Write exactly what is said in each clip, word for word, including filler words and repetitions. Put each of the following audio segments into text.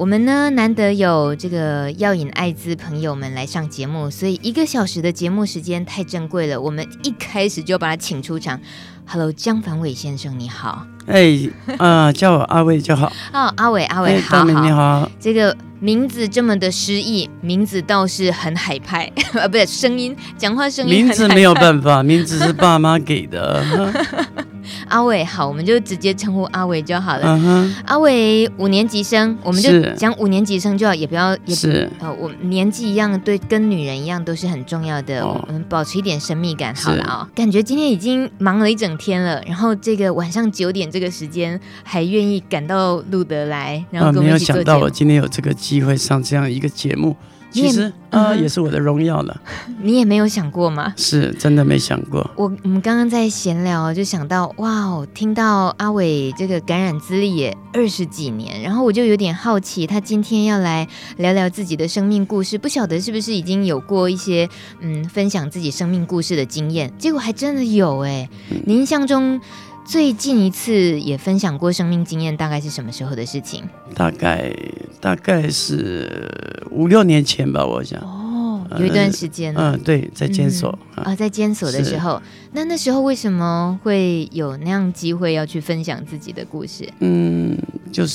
我们呢难得有这个药瘾艾滋朋友们来上节目，所以一个小时的节目时间太珍贵了，我们一开始就把他请出场。Hello， 江凡伟先生，你好。 哎，啊、呃，叫我阿伟就好。 哦，阿伟，阿伟， 哎、 好好。 你好。 这个名字这么的诗意，名字倒是很海派啊，不是声音，讲话声音很海派。 名字没有办法，名字是爸妈给的。 阿伟，好，我们就直接称呼阿伟就好了。 嗯、 阿伟五年级生，我们就讲五年级生就好，也不要也是呃，我们年纪一样，对，跟女人一样都是很重要的，哦、我们保持一点神秘感好了啊、哦。感觉今天已经忙了一整天了，然后这个晚上九点这个时间还愿意赶到路德来，然后跟我们一起做节目、 啊、没有想到我今天有这个机会上这样一个节目。其实啊、呃嗯，也是我的荣耀了。 你也没有想过吗？ 是真的没想过。 我我们刚刚在闲聊，就想到哇哦，听到阿伟这个感染资历也二十几年，然后我就有点好奇，他今天要来聊聊自己的生命故事，不晓得是不是已经有过一些嗯分享自己生命故事的经验？结果还真的有哎、嗯。你印象中最近一次也分享过生命经验，大概是什么时候的事情？ 大概大概是五六年前吧，我想。 哦，有一段时间了。 嗯、呃，对，在监所、 嗯、啊，在监所的时候，那那时候为什么会有那样机会要去分享自己的故事？ 嗯，就是，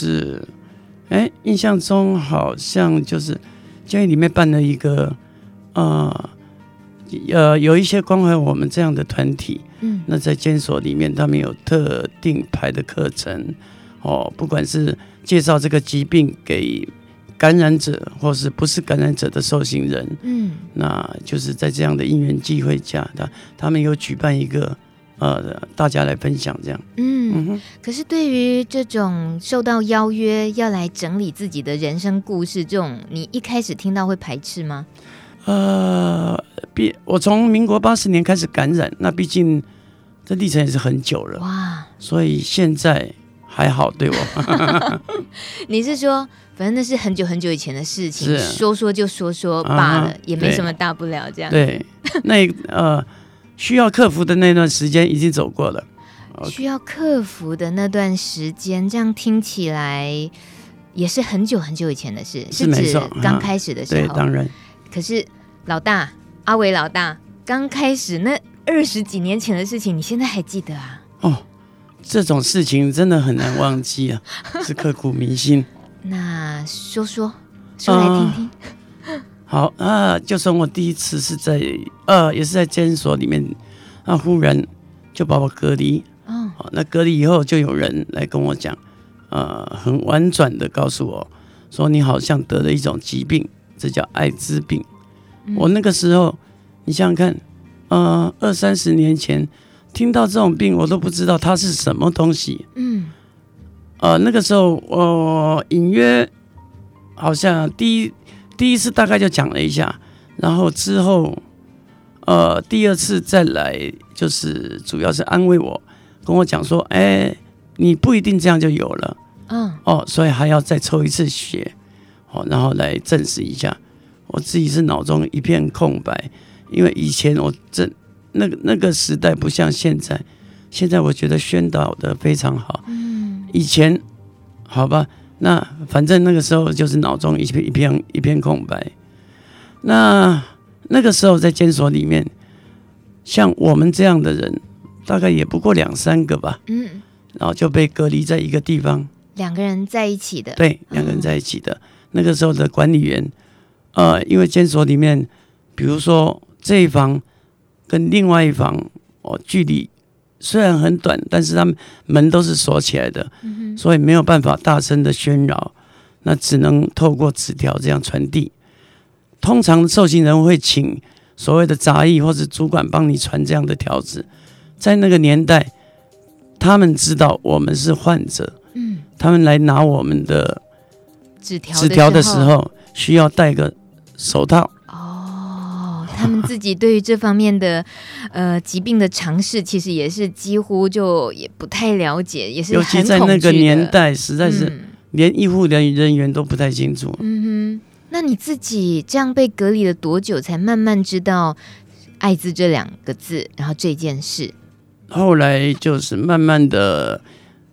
哎，印象中好像就是监狱里面办了一个，呃。呃，有一些关怀我们这样的团体，嗯，那在监所里面，他们有特定排的课程，哦，不管是介绍这个疾病给感染者，或是不是感染者的受刑人，嗯，那就是在这样的因缘际会下，他他们有举办一个，呃，大家来分享这样， 嗯，嗯哼。可是对于这种受到邀约要来整理自己的人生故事，这种你一开始听到会排斥吗？ 呃，毕我从民国八十年开始感染，那毕竟这历程也是很久了哇，所以现在还好对我。 你是说，反正那是很久很久以前的事情，说说就说说罢了、啊，也没什么大不了这样。 对，那呃需要克服的那段时间已经走过了。 需要克服的那段时间，这样听起来也是很久很久以前的事， 是指刚开始的时候。 啊、对，当然。 可是老大，阿伟老大，刚开始那二十几年前的事情，你现在还记得啊？ 哦，这种事情真的很难忘记啊，是刻骨铭心。 那说说，说来听听。 呃、好啊，就从我第一次是在呃，也是在监所里面，那忽然就把我隔离。哦，那隔离以后，就有人来跟我讲，呃，很婉转的告诉我说，你好像得了一种疾病。这叫艾滋病、嗯。我那个时候，你想想看，呃，二三十年前听到这种病，我都不知道它是什么东西。嗯，呃，那个时候我隐约好像第一第一次大概就讲了一下，然后之后，呃，第二次再来就是主要是安慰我，跟我讲说，哎，你不一定这样就有了。嗯，哦，所以还要再抽一次血。哦，然后来证实一下，我自己是脑中一片空白，因为以前我这那个那个时代不像现在，现在我觉得宣导的非常好。嗯，以前好吧，那反正那个时候就是脑中一片一片一片空白。那那个时候在监所里面，像我们这样的人，大概也不过两三个吧。嗯，然后就被隔离在一个地方， 两个人在一起的。 对，两个人在一起的。哦，那个时候的管理员，呃，因为监所里面，比如说这一房跟另外一房，哦，距离虽然很短，但是他们门都是锁起来的，嗯，所以没有办法大声的喧扰，那只能透过纸条这样传递。通常受刑人会请所谓的杂役或者主管帮你传这样的条子，在那个年代，他们知道我们是患者，嗯，他们来拿我们的纸条的时候需要戴个手套。 哦，他们自己对于这方面的呃疾病的常识，其实也是几乎就也不太了解，也是很恐惧的。尤其在那个年代，实在是连医护人人员都不太清楚。 嗯哼，那你自己这样被隔离了多久，才慢慢知道艾滋这两个字，然后这件事？ 后来就是慢慢的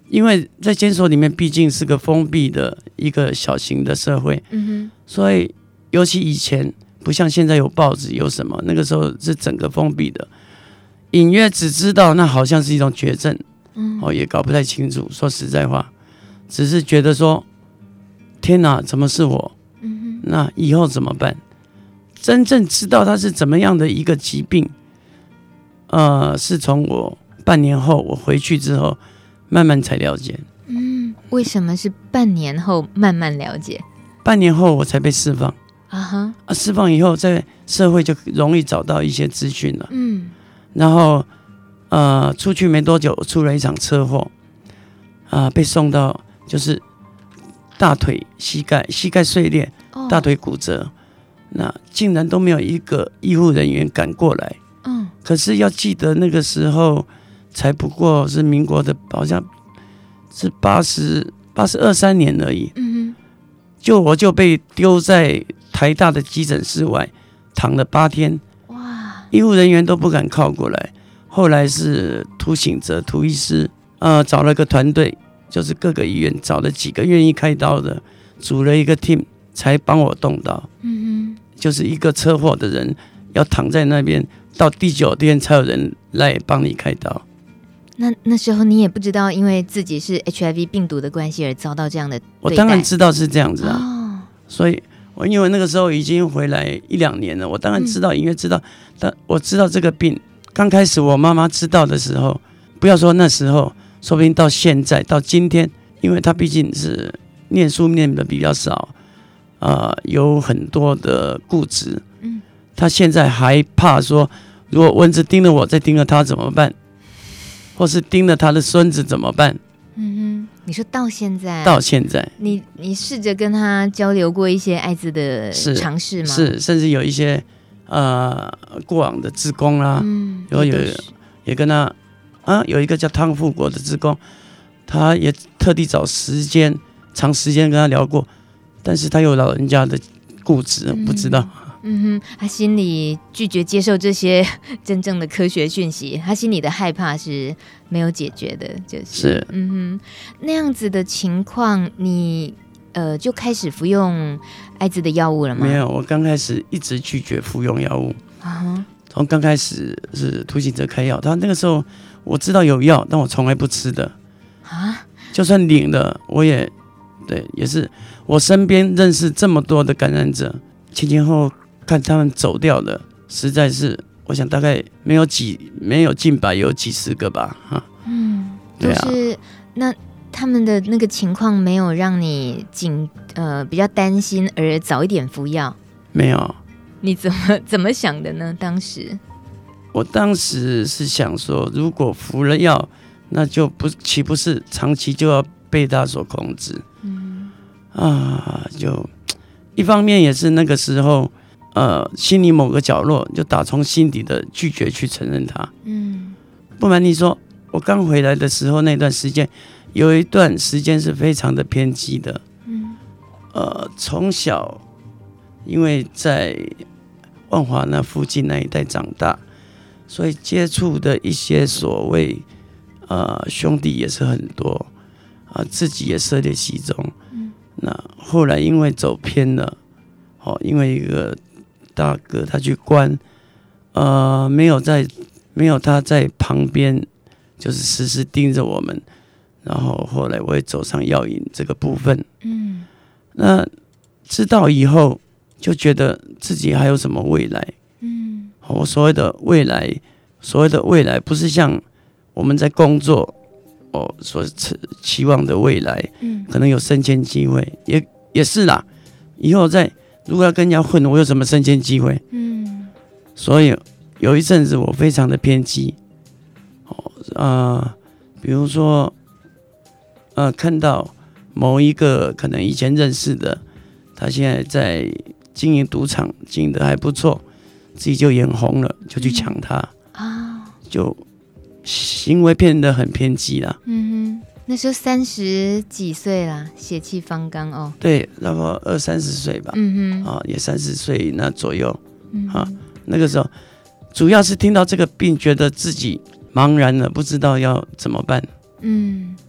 因为在监所里面毕竟是个封闭的一个小型的社会， 嗯哼， 所以尤其以前不像现在有报纸有什么，那个时候是整个封闭的，隐约只知道那好像是一种绝症，嗯，哦，也搞不太清楚。说实在话，只是觉得说，天哪，怎么是我？嗯哼，那以后怎么办？真正知道它是怎么样的一个疾病，呃，是从我半年后我回去之后，慢慢才了解。 嗯，为什么是半年后慢慢了解？ 半年后我才被释放。 啊哈， 啊，释放以后在社会就容易找到一些资讯了。 嗯， 然后呃，出去没多久出了一场车祸，啊、呃，被送到就是大腿、膝盖、膝盖碎裂，大腿骨折。哦，那竟然都没有一个医护人员赶过来。嗯，可是要记得那个时候才不过是民国的，好像是八十八十二三年而已。嗯哼，就我就被丢在台大的急诊室外躺了八天。哇！医护人员都不敢靠过来。后来是涂醒哲涂医师，呃，找了个团队，就是各个医院找了几个愿意开刀的，组了一个 team。才帮我动刀，嗯哼，就是一个车祸的人要躺在那边，到第九天才有人来帮你开刀。 那那时候你也不知道，因为自己是 H I V 病毒的关系而遭到这样的对待。 我当然知道是这样子啊，哦，所以我因为那个时候已经回来一两年了，我当然知道，因为知道，但我知道这个病。刚开始我妈妈知道的时候，不要说那时候，说不定到现在到今天，因为她毕竟是念书念的比较少。呃，有很多的固执，嗯，他现在还怕说，如果蚊子叮了我，再叮了他怎么办？或是叮了他的孙子怎么办？ 嗯哼，你说到现在， 到现在， 你你试着跟他交流过一些艾滋的尝试吗？ 是，甚至有一些呃过往的志工啦，嗯，然后有也跟他啊，有一个叫汤富国的志工，他也特地找时间长时间跟他聊过。但是他有老人家的固执，不知道。 嗯哼，他心里拒绝接受这些真正的科学讯息，他心里的害怕是没有解决的，就是。 是， 嗯哼，那样子的情况，你呃就开始服用艾滋的药物了吗？ 没有，我刚开始一直拒绝服用药物。啊，从刚开始是涂醒哲开药，他那个时候我知道有药，但我从来不吃的。啊，就算领了，我也。对，也是我身边认识这么多的感染者，前前后看他们走掉的，实在是，我想大概没有几，没有近百，有几十个吧，哈。 嗯，对啊。就是那他们的那个情况没有让你紧呃比较担心而早一点服药？ 没有。 你怎么怎么想的呢？当时？ 我当时是想说，如果服了药，那就不岂不是长期就要被他所控制？嗯啊，就一方面也是那个时候，呃，心里某个角落就打从心底的拒绝去承认它。嗯，不瞒你说，我刚回来的时候那段时间，有一段时间是非常的偏激的。嗯，呃，从小因为在万华那附近那一带长大，所以接触的一些所谓呃兄弟也是很多。啊，自己也涉猎其中。嗯，那后来因为走偏了，哦，因为一个大哥他去关，呃，没有在，没有他在旁边，就是时时盯着我们。然后后来我也走上药瘾这个部分。嗯，那知道以后就觉得自己还有什么未来？嗯，我所谓的未来，所谓的未来，不是像我们在工作。所期望的未来，嗯，可能有升迁机会，也也是啦。以后再如果要跟人家混，我有什么升迁机会？嗯，所以有一阵子我非常的偏激，哦，呃，比如说，呃，看到某一个可能以前认识的，他现在在经营赌场，经营的还不错，自己就眼红了，就去抢他啊，就。行为变得很偏激啦。 嗯哼，那时候三十几岁啦，血气方刚哦。 对，然后二三十岁吧。嗯哼，啊，也三十岁那左右。嗯，啊，那个时候主要是听到这个病，觉得自己茫然了，不知道要怎么办。 嗯，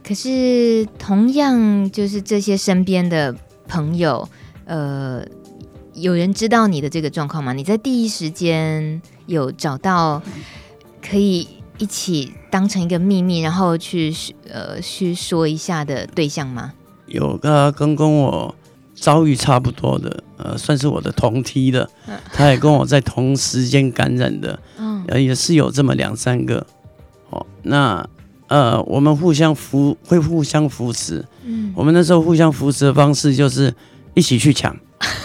可是同样就是这些身边的朋友，呃，有人知道你的这个状况吗？你在第一时间有找到可以一起当成一个秘密，然后去呃去说一下的对象吗？ 有个跟跟我遭遇差不多的，呃，算是我的同梯的，他也跟我在同时间感染的，嗯，也是有这么两三个。哦，那呃，我们互相扶，会互相扶持。嗯，我们那时候互相扶持的方式就是一起去抢。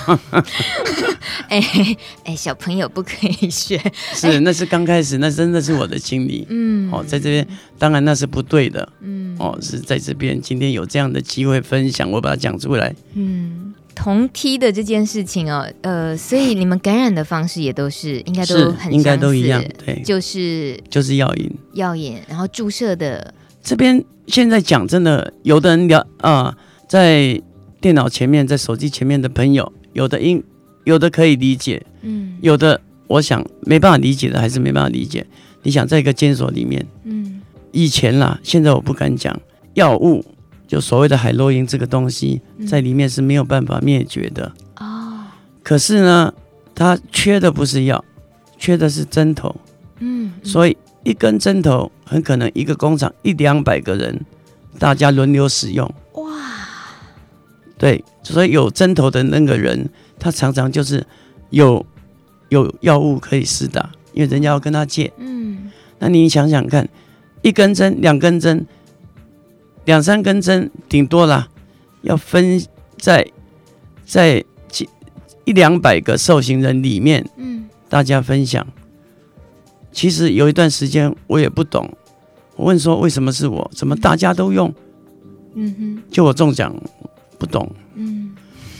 哎哎，小朋友不可以学。 是，那是刚开始，那真的是我的经历。嗯，哦，在这边当然那是不对的。嗯，哦，是在这边今天有这样的机会分享，我把它讲出来。 嗯，同梯的这件事情哦，呃，所以你们感染的方式也都是应该都很相似， 应该都一样。对， 就是就是药引， 药引，然后注射的。 这边现在讲真的，有的人聊啊、呃，在电脑前面，在手机前面的朋友，有的应。有的可以理解，嗯，有的我想没办法理解的还是没办法理解。你想在一个监所里面，嗯，以前啦，现在我不敢讲，药物就所谓的海洛因这个东西，在里面是没有办法灭绝的哦。可是呢，它缺的不是药，缺的是针头，嗯，所以一根针头很可能一个工厂一两百个人，大家轮流使用，哇，对，所以有针头的那个人。他常常就是有有药物可以施打，因为人家要跟他借。嗯，那你想想看，一根针、两根针、两三根针，顶多啦，要分在在一两百个受刑人里面，嗯，大家分享。其实有一段时间我也不懂，我问说为什么是我，怎么大家都用？嗯哼，就我中奖，不懂。嗯。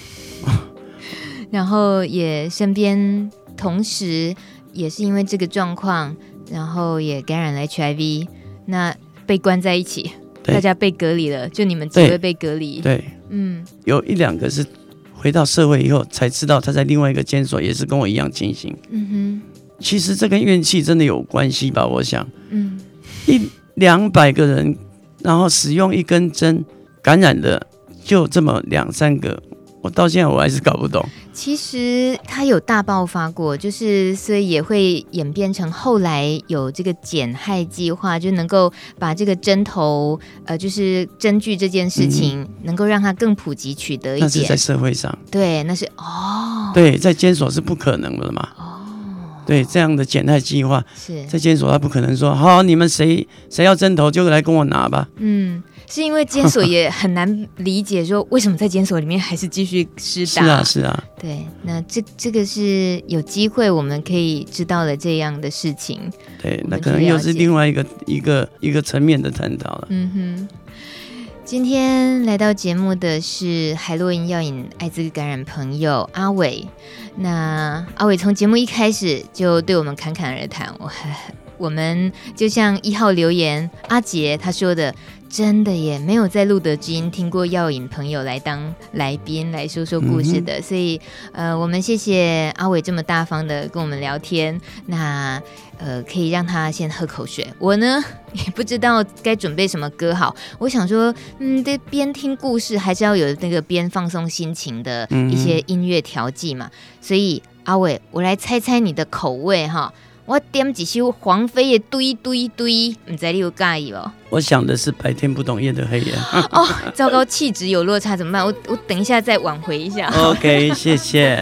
然后也身边同时也是因为这个状况，然后也感染了 H I V， 那被关在一起，大家被隔离了，就你们几位被隔离。 对，嗯，有一两个是回到社会以后才知道他在另外一个监所也是跟我一样情形。嗯哼，其实这跟运气真的有关系吧？我想，嗯，一两百个人，然后使用一根针感染的就这么两三个。我到现在我还是搞不懂。 其实它有大爆发过，就是所以也会演变成后来有这个减害计划，就能够把这个针头，呃，就是针具这件事情，嗯、能够让它更普及取得一点。 那是在社会上， 对，那是哦， 对，在监所是不可能的嘛。哦，对，这样的减害计划是在监所，他不可能说好，你们谁谁要针头就来跟我拿吧。 嗯。是因为监所也很难理解，说为什么在监所里面还是继续施打？ 是啊，是啊。 对，那这这个是有机会我们可以知道了这样的事情。 对，那可能又是另外一个一个一个层面的探讨了。 嗯哼。今天来到节目的是海洛因药引艾滋感染朋友阿伟。那阿伟从节目一开始就对我们侃侃而谈，我我们就像一号留言阿杰他说的。真的也没有在路德之音听过药引朋友来当来宾来说说故事的，嗯、所以呃，我们谢谢阿伟这么大方的跟我们聊天。那呃，可以让他先喝口水。我呢也不知道该准备什么歌好，我想说，嗯，得边听故事还是要有那个边放松心情的一些音乐调剂嘛。嗯、所以阿伟，我来猜猜你的口味哈。我点几首黄飞的堆堆堆，不知道你有介意不？ 我想的是白天不懂夜的黑夜。 哦，糟糕，气质有落差怎么办？我我等一下再挽回一下。 OK， 谢谢。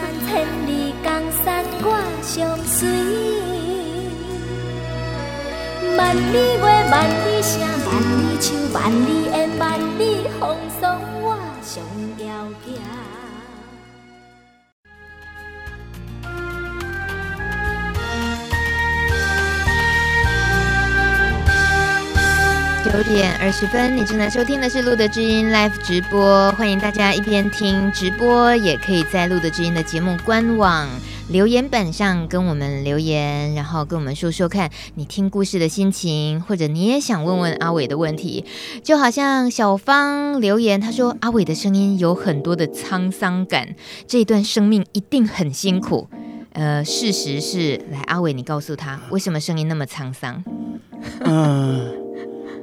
万里月，万里声，万里树，万里烟，万里风霜，我上要行。九点二十分，你正在收听的是路德之音 Live 直播，欢迎大家一边听直播，也可以在路德之音的节目官网留言板上跟我们留言，然后跟我们说说看你听故事的心情，或者你也想问问阿伟的问题。就好像小芳留言，她说阿伟的声音有很多的沧桑感，这一段生命一定很辛苦。呃，事实是，来阿伟，你告诉他为什么声音那么沧桑？ 嗯。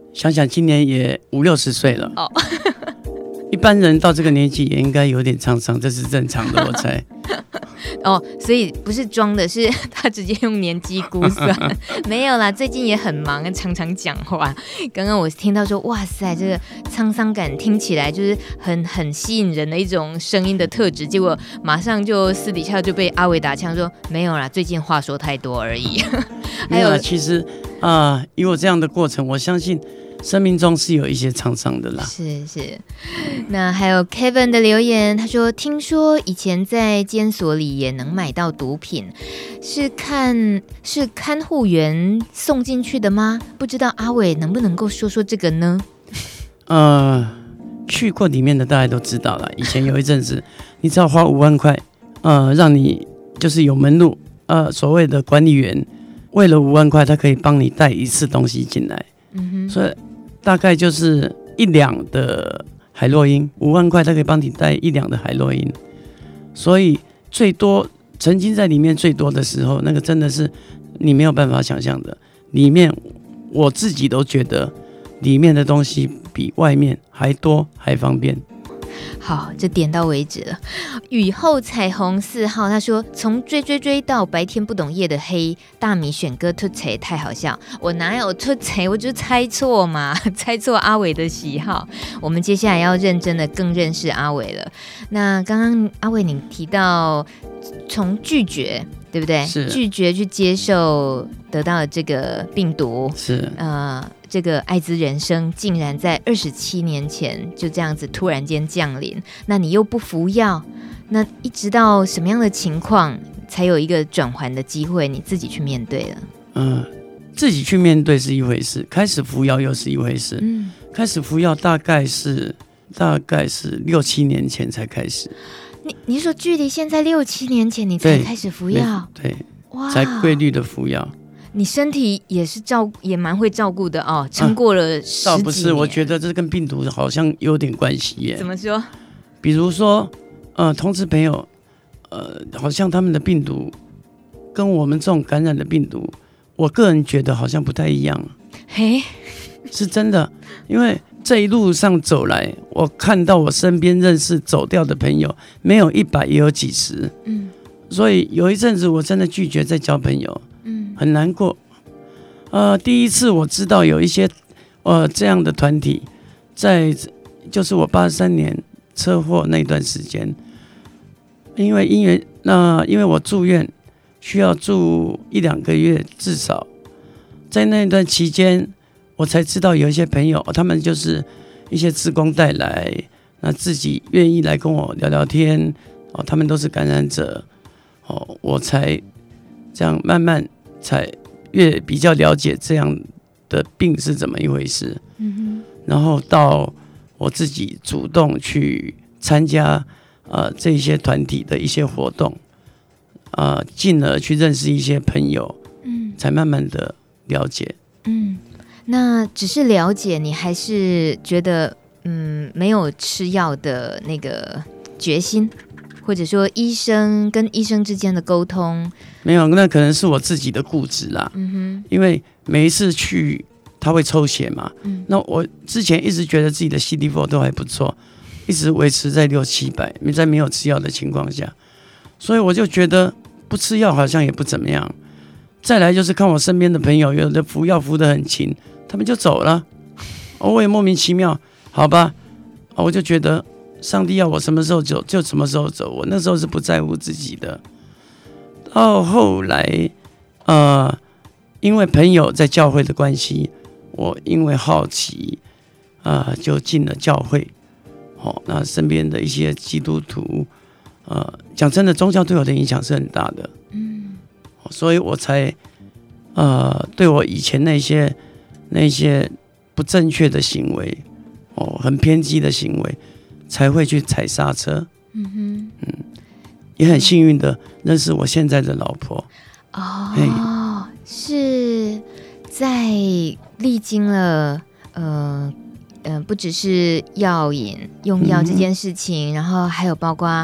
想想今年也五六十岁了。哦，一般人到这个年纪也应该有点沧桑，这是正常的，我猜。 哦，所以不是装的，是他直接用年纪估算。没有啦，最近也很忙，常常讲话。刚刚我听到说，哇塞，这个沧桑感听起来就是很很吸引人的一种声音的特质，结果马上就私底下就被阿伟打枪说，没有啦，最近话说太多而已。 没有啦，其实啊、呃，以我这样的过程，我相信生命中是有一些沧桑的啦。 是是，那还有 Kevin 的留言，他说听说以前在监所里也能买到毒品，是看是看护员送进去的吗？不知道阿伟能不能够说说这个呢？ 呃，去过里面的大家都知道了，以前有一阵子，你只要花五万块，呃，让你就是有门路，呃，所谓的管理员为了五万块，他可以帮你带一次东西进来，嗯哼，所以大概就是一两的海洛因，五万块他可以帮你带一两的海洛因，所以最多曾经在里面最多的时候，那个真的是你没有办法想象的。里面我自己都觉得里面的东西比外面还多还方便。 好，这点到为止了。雨后彩虹四号他说，从追追追到白天不懂夜的黑，大米选歌突贼太好笑。我哪有突贼，我就猜错嘛，猜错阿伟的喜好。我们接下来要认真的更认识阿伟了。那刚刚阿伟你提到从拒绝，对不对？ 是拒绝去接受得到的这个病毒， 是呃，这个艾滋人生竟然在二十七年前就这样子突然间降临，那你又不服药，那一直到什么样的情况才有一个转圜的机会，你自己去面对了？ 嗯、呃，自己去面对是一回事，开始服药又是一回事。嗯，开始服药大概是大概是六七年前才开始。 你你说距离现在六七年前你才开始服药？ 对，哇，才规律的服药。 你身体也是照也蛮会照顾的哦，撑过了十几年。 倒不是，我觉得这跟病毒好像有点关系耶。 怎么说？ 比如说，呃，同志朋友，呃，好像他们的病毒跟我们这种感染的病毒，我个人觉得好像不太一样。嘿，是真的，因为这一路上走来，我看到我身边认识走掉的朋友，没有一百也有几十。嗯，所以有一阵子我真的拒绝再交朋友。嗯，很难过。呃，第一次我知道有一些呃这样的团体，在就是我八三年车祸那段时间，因为因为那、呃、因为我住院需要住一两个月，至少在那段期间，我才知道有一些朋友，他们就是一些志工带来，那自己愿意来跟我聊聊天，哦，他们都是感染者，哦，我才。这样慢慢才越比较了解这样的病是怎么一回事，嗯、然后到我自己主动去参加呃这些团体的一些活动，呃，进而去认识一些朋友，嗯，才慢慢的了解。 嗯，那只是了解，你还是觉得嗯没有吃药的那个决心？或者说医生跟医生之间的沟通没有，那可能是我自己的固执啦。嗯哼，因为每一次去他会抽血嘛，嗯，那我之前一直觉得自己的 C D 四 都还不错，一直维持在六七百，在没有吃药的情况下，所以我就觉得不吃药好像也不怎么样。再来就是看我身边的朋友，有的服药服得很勤，他们就走了，我也莫名其妙，好吧，我就觉得。上帝要我什么时候走就什么时候走，我那时候是不在乎自己的。到后来，呃，因为朋友在教会的关系，我因为好奇，啊、呃，就进了教会。哦，那身边的一些基督徒，呃，讲真的，宗教对我的影响是很大的。嗯，所以我才，呃，对我以前那些那些不正确的行为，哦，很偏激的行为。才会去踩刹车，嗯哼，嗯，也很幸运的认识我现在的老婆。 哦，是在历经了呃呃，不只是药瘾用药这件事情，嗯、然后还有包括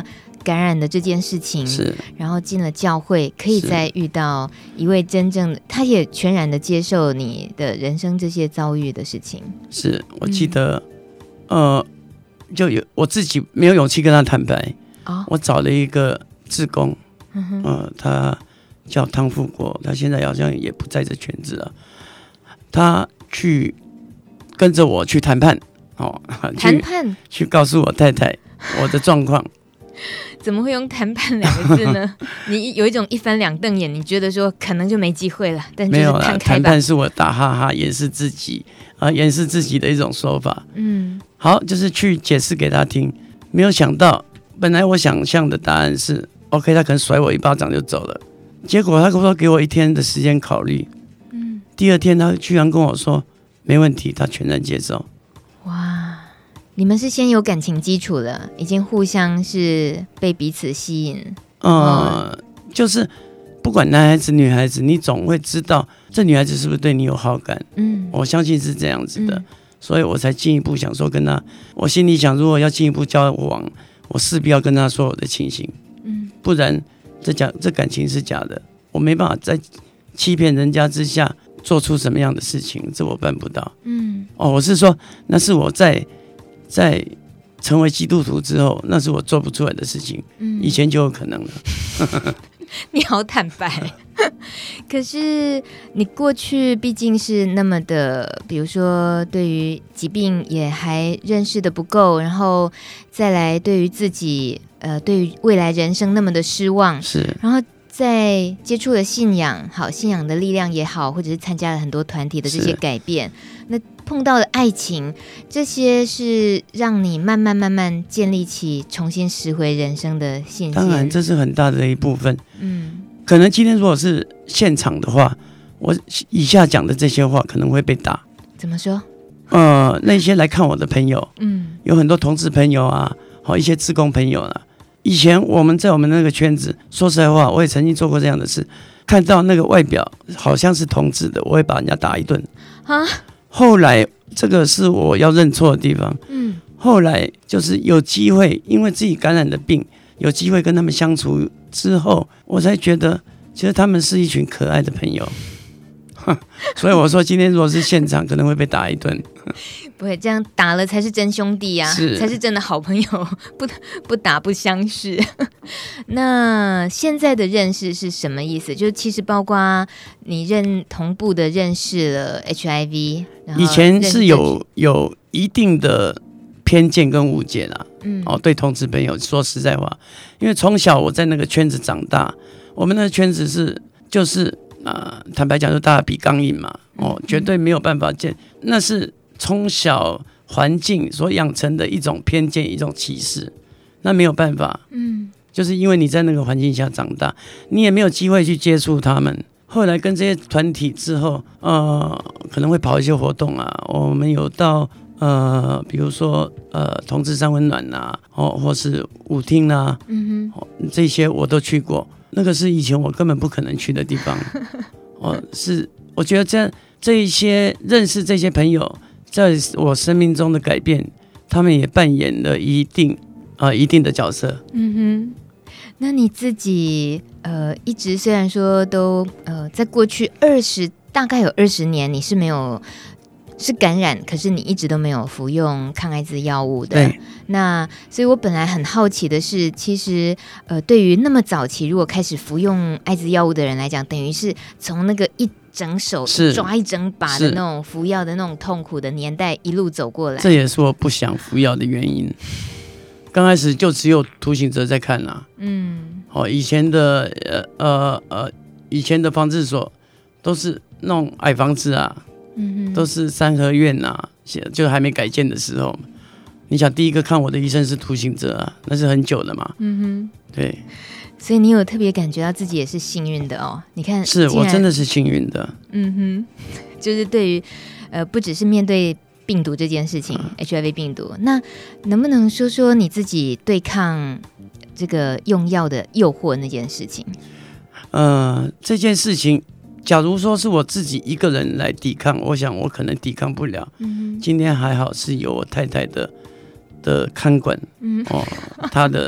感染的这件事情， 是， 然后进了教会，可以再遇到一位真正的，他也全然的接受你的人生这些遭遇的事情。 是我记得，嗯、呃，就有我自己没有勇气跟他坦白，哦、我找了一个志工，嗯、呃，他叫汤富国，他现在好像也不在这圈子了，他去跟着我去谈判。哦， 谈判去告诉我太太我的状况， 怎么会用谈判两个字呢？你有一种一翻两瞪眼，你觉得说可能就没机会了，但就是摊开吧。没有啦， 谈判是我打哈哈掩饰自己啊，掩饰自己的一种说法。嗯，好，就是去解释给他听。没有想到，本来我想象的答案是 OK， 他可能甩我一巴掌就走了。结果他说给我一天的时间考虑。嗯，第二天他居然跟我说没问题，他全然接受。 哇，你们是先有感情基础了，已经互相是被彼此吸引。 呃，就是不管男孩子女孩子，你总会知道这女孩子是不是对你有好感。嗯，我相信是这样子的，嗯、所以我才进一步想说跟他，我心里想，如果要进一步交往，我势必要跟他说我的情形。嗯，不然这假这感情是假的，我没办法在欺骗人家之下做出什么样的事情，这我办不到。嗯，哦，我是说，那是我在在成为基督徒之后，那是我做不出来的事情。嗯，以前就有可能了。 你好坦白，可是你过去毕竟是那么的，比如说对于疾病也还认识的不够，然后再来对于自己呃对于未来人生那么的失望， 是， 然后在接触了信仰，好，信仰的力量也好，或者是参加了很多团体的这些改变，那碰到了爱情，这些是让你慢慢慢慢建立起重新拾回人生的信心。 当然，这是很大的一部分。嗯，可能今天如果是现场的话，我以下讲的这些话可能会被打。 怎么说？ 呃，那些来看我的朋友，嗯，有很多同志朋友啊，好一些志工朋友啊。以前我们在我们那个圈子，说实在话，我也曾经做过这样的事。看到那个外表好像是同志的，我会把人家打一顿。啊！后来这个是我要认错的地方。嗯。后来就是有机会，因为自己感染的病，有机会跟他们相处之后，我才觉得，其实他们是一群可爱的朋友。所以我说，今天如果是现场，可能会被打一顿。 不会这样，打了才是真兄弟啊，是才是真的好朋友，不不打不相识。那现在的认识是什么意思？就其实包括你认同步的认识了 H I V， 以前是有有一定的偏见跟误解啦。嗯，哦，对同志朋友说实在话，因为从小我在那个圈子长大，我们那个圈子是就是。呃、坦白讲，就大家比刚硬嘛，哦，绝对没有办法见，那是从小环境所养成的一种偏见，一种歧视，那没有办法，嗯，就是因为你在那个环境下长大，你也没有机会去接触他们。后来跟这些团体之后，呃，可能会跑一些活动啊，我们有到呃，比如说呃，同志三温暖啊，哦，或是舞厅啊，嗯哼，哦，这些我都去过。那个是以前我根本不可能去的地方，哦，是我觉得这这一些认识这些朋友，在我生命中的改变，他们也扮演了一定啊、呃、一定的角色。 嗯哼，那你自己呃一直虽然说都呃在过去二十大概有二十年你是没有是感染，可是你一直都没有服用抗艾滋药物的。 对。 那所以我本来很好奇的是，其实呃，对于那么早期如果开始服用艾滋药物的人来讲，等于是从那个一整手抓一整把的那种服药的那种痛苦的年代一路走过来。 这也是我不想服药的原因。刚开始就只有涂行者在看啊。嗯。哦，以前的呃呃呃，以前的防治所都是那种矮房子啊。嗯，都是三合院啊，就还没改建的时候。你想，第一个看我的医生是涂行者啊，那是很久了嘛。嗯哼，对。 所以你有特别感觉到自己也是幸运的哦。你看， 是我真的是幸运的。 嗯哼，就是对于呃，不只是面对病毒这件事情、嗯、，H I V 病毒，那能不能说说你自己对抗这个用药的诱惑那件事情？ 呃，这件事情。假如说是我自己一个人来抵抗，我想我可能抵抗不了。嗯、今天还好是有我太太的的看管，嗯、哦，她的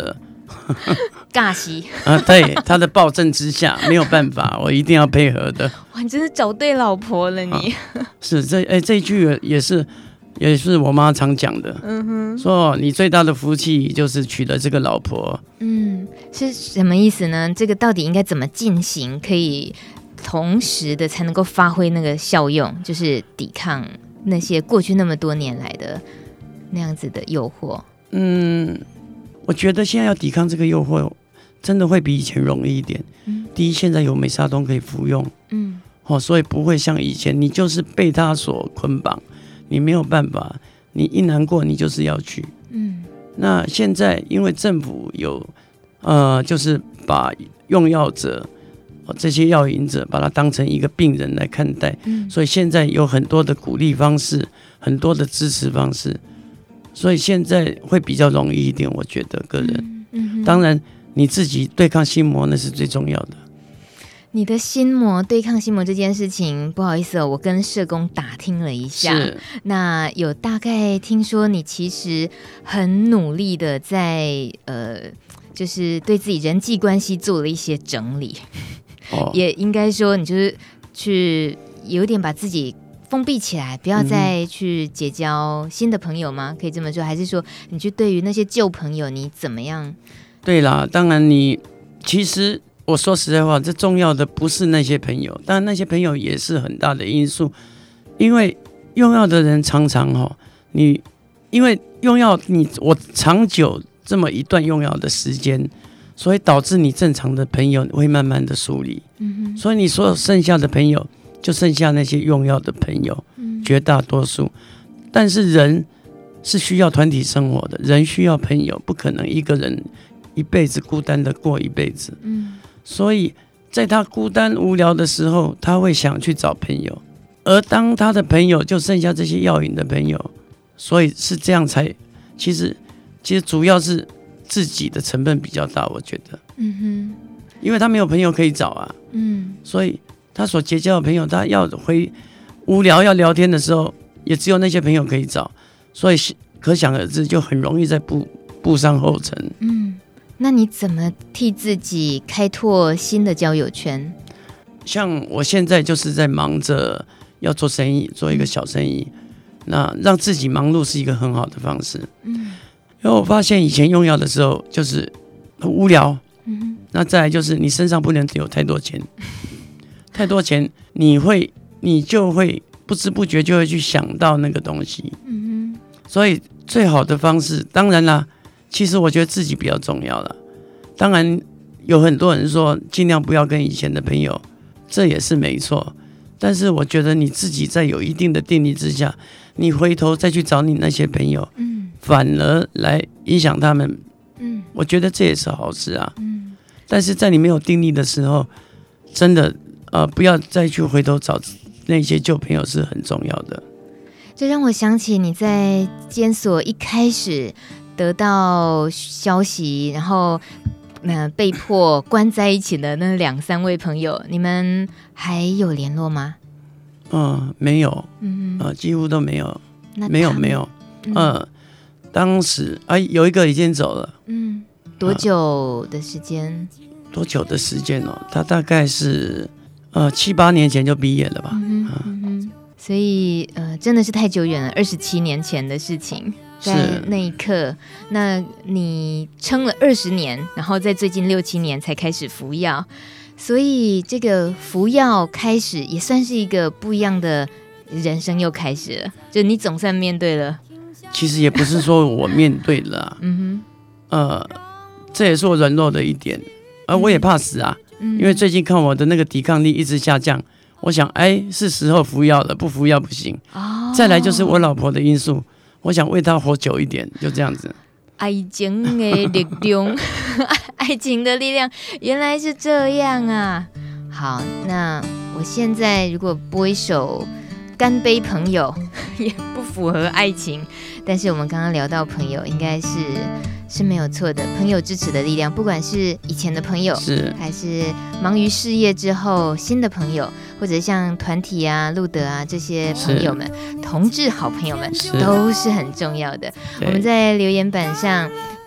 尬戏啊，对，他的暴政之下没有办法，我一定要配合的。 哇，你真是找对老婆了你。 是这哎、欸，这一句也是也是我妈常讲的，嗯哼，说你最大的福气就是娶了这个老婆。 嗯，是什么意思呢？这个到底应该怎么进行，可以同时的才能够发挥那个效用，就是抵抗那些过去那么多年来的那样子的诱惑？ 嗯，我觉得现在要抵抗这个诱惑，真的会比以前容易一点。嗯、第一，现在有美沙酮可以服用，嗯，哦，所以不会像以前，你就是被他所捆绑，你没有办法，你一难过你就是要去，嗯。那现在因为政府有，呃，就是把用药者、哦、这些药瘾者，把它当成一个病人来看待，嗯，所以现在有很多的鼓励方式，很多的支持方式。所以现在会比较容易一点，我觉得个人。嗯嗯、当然你自己对抗心魔那是最重要的。 你的心魔对抗心魔这件事情，不好意思哦，我跟社工打听了一下， 是那有大概听说你其实很努力的在呃，就是对自己人际关系做了一些整理，哦、也应该说你就是去有点把自己封闭起来，不要再去结交新的朋友吗？可以这么说，还是说你去对于那些旧朋友你怎么样？ 对啦，当然你其实我说实在话，这重要的不是那些朋友，当然那些朋友也是很大的因素，因为用药的人常常哈，你因为用药你我长久这么一段用药的时间，所以导致你正常的朋友会慢慢的疏离，嗯、所以你所有剩下的朋友。就剩下那些用药的朋友，嗯、绝大多数。但是人是需要团体生活的，人需要朋友，不可能一个人一辈子孤单的过一辈子。嗯、所以在他孤单无聊的时候，他会想去找朋友。而当他的朋友就剩下这些药瘾的朋友，所以是这样才，其实其实主要是自己的成分比较大，我觉得。嗯哼，因为他没有朋友可以找啊。嗯，所以。他所结交的朋友，他要回无聊要聊天的时候，也只有那些朋友可以找，所以可想而知，就很容易在步步上后尘。 嗯，那你怎么替自己开拓新的交友圈？ 像我现在就是在忙着要做生意，做一个小生意，那让自己忙碌是一个很好的方式。嗯，因为我发现以前用药的时候就是很无聊，嗯，那再来就是你身上不能有太多钱。太多钱，你会，你就会不知不觉就会去想到那个东西。嗯哼。所以最好的方式，当然啦，其实我觉得自己比较重要啦。当然有很多人说尽量不要跟以前的朋友，这也是没错。但是我觉得你自己在有一定的定力之下，你回头再去找你那些朋友，嗯，反而来影响他们，嗯，我觉得这也是好事啊。嗯。但是在你没有定力的时候，真的。呃，不要再去回头找那些旧朋友是很重要的。 这让我想起你在监所一开始得到消息，然后、呃、被迫关在一起的那两三位朋友，你们还有联络吗？ 嗯、呃，没有，嗯、呃，几乎都没有，没有没有，嗯、呃，当时啊、呃，有一个已经走了， 嗯，多久的时间？呃、 多久的时间哦？他大概是。呃，七八年前就毕业了吧？ 嗯哼嗯哼，所以呃，真的是太久远了，二十七年前的事情，在那一刻，那你撑了二十年，然后在最近六七年才开始服药，所以这个服药开始也算是一个不一样的人生又开始了，就你总算面对了。 其实也不是说我面对了、啊，嗯哼，呃，这也是我软弱的一点，而、呃、我也怕死啊。因为最近看我的那个抵抗力一直下降，我想，哎，是时候服药了，不服药不行。哦、再来就是我老婆的因素，我想为她活久一点，就这样子。 爱情的力量，爱情的力量，原来是这样啊！好，那我现在如果播一首《干杯朋友》，也不符合爱情，但是我们刚刚聊到朋友，应该是。是没有错的，朋友支持的力量，不管是以前的朋友， 是还是忙于事业之后新的朋友，或者像团体啊、路德啊这些朋友们，同志好朋友们，都是很重要的。我们在留言板上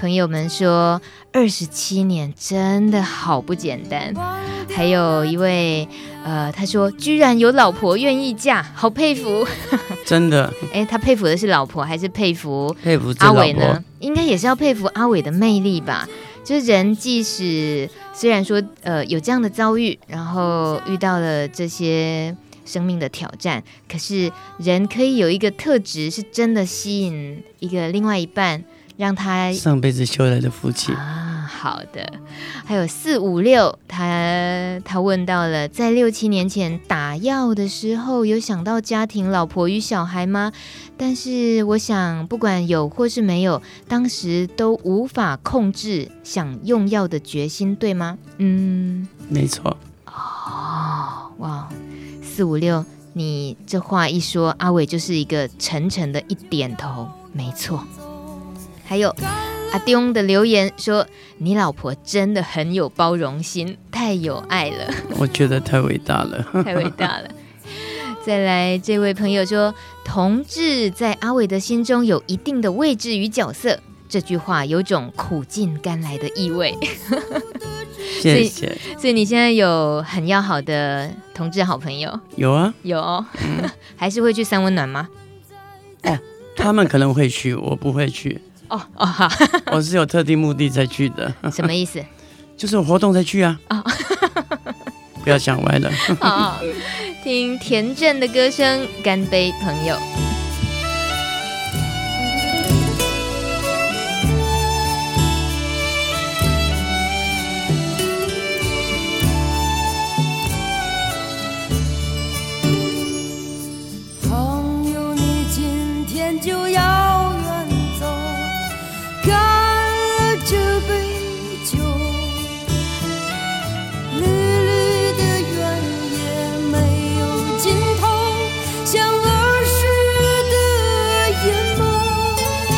朋友们说二十七年真的好不简单。还有一位呃，他说居然有老婆愿意嫁，好佩服。 真的。 哎，他佩服的是老婆还是佩服佩服阿伟呢？应该也是要佩服阿伟的魅力吧。就是人即使虽然说呃有这样的遭遇，然后遇到了这些生命的挑战，可是人可以有一个特质是真的吸引一个另外一半，让他上辈子修来的福气啊。好的，还有四五六，他他问到了，在六七年前打药的时候，有想到家庭、老婆与小孩吗？但是我想，不管有或是没有，当时都无法控制想用药的决心，对吗？嗯， 没错。 哦，哇，四五六，你这话一说，阿伟就是一个沉沉的一点头，没错。还有阿东的留言说，你老婆真的很有包容心，太有爱了。 我觉得太伟大了。 太伟大了。再来这位朋友说，同志在阿伟的心中有一定的位置与角色，这句话有种苦尽甘来的意味。 谢谢。 所以, 所以你现在有很要好的同志好朋友？ 有啊， 有、哦嗯、还是会去三温暖吗？ 哦，他们可能会去，我不会去。 哦哦，好， 我是有特定目的才去的。 什么意思？ 就是有活动才去啊。哦，不要想歪了。 好，听田震的歌声，干杯，朋友。 朋友，你今天就要远走，干了这杯酒，绿绿的原野没有尽头，像儿时的眼眸，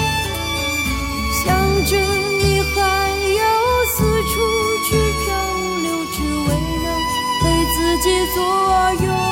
想着你还要四处去漂流，只为能陪自己左右。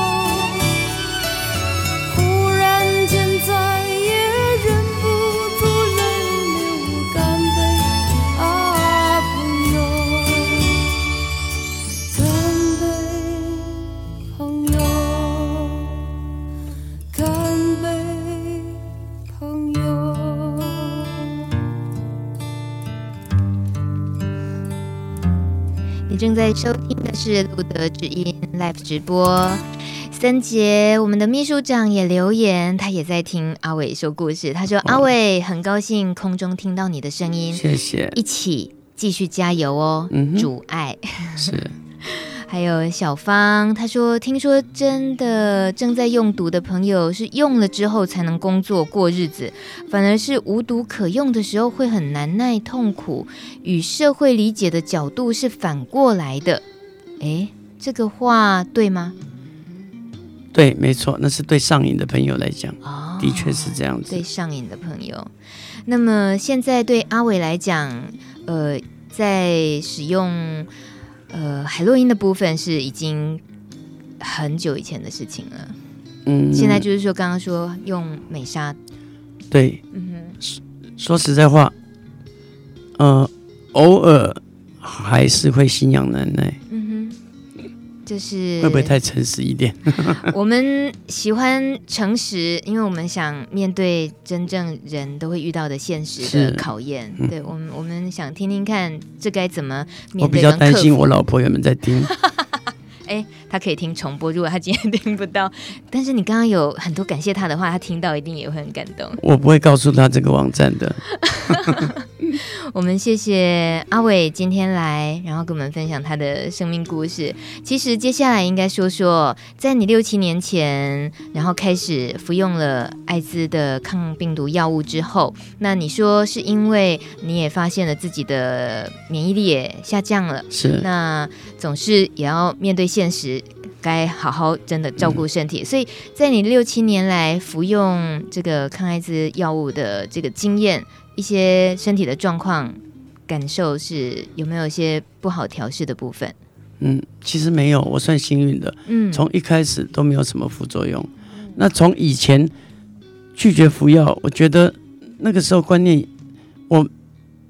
正在收听的是路德之音 Live 直播。森杰，我们的秘书长也留言，他也在听阿伟说故事。他说：“阿伟，很高兴空中听到你的声音， 谢谢， 一起继续加油哦，嗯、主爱。” 是。 还有小芳，她说：“听说真的正在用毒的朋友是用了之后才能工作过日子，反而是无毒可用的时候会很难耐痛苦，与社会理解的角度是反过来的。”诶，这个话对吗？ 对，没错，那是对上瘾的朋友来讲，哦，的确是这样子。 对上瘾的朋友，那么现在对阿伟来讲，呃，在使用。呃，海洛因的部分是已经很久以前的事情了。嗯，现在就是说，刚刚说用美沙， 对，嗯哼，说实在话，呃，偶尔还是会心痒难耐。嗯哼，就是会不会太诚实一点？ 我们喜欢诚实，因为我们想面对真正人都会遇到的现实的考验。嗯、对我们，我们想听听看，这该怎么面对。 我比较担心我老婆有没有在听。 哎，他可以听重播，如果他今天听不到，但是你刚刚有很多感谢他的话，他听到一定也会很感动。 我不会告诉他这个网站的。 我们谢谢阿伟今天来，然后跟我们分享他的生命故事。其实接下来应该说说，在你六七年前，然后开始服用了艾滋的抗病毒药物之后，那你说是因为你也发现了自己的免疫力也下降了， 是， 那总是也要面对现实，该好好真的照顾身体。嗯、所以在你六七年来服用这个抗艾滋药物的这个经验，一些身体的状况感受是有没有一些不好调试的部分？ 嗯，其实没有，我算幸运的。嗯，从一开始都没有什么副作用。那从以前拒绝服药，我觉得那个时候观念，我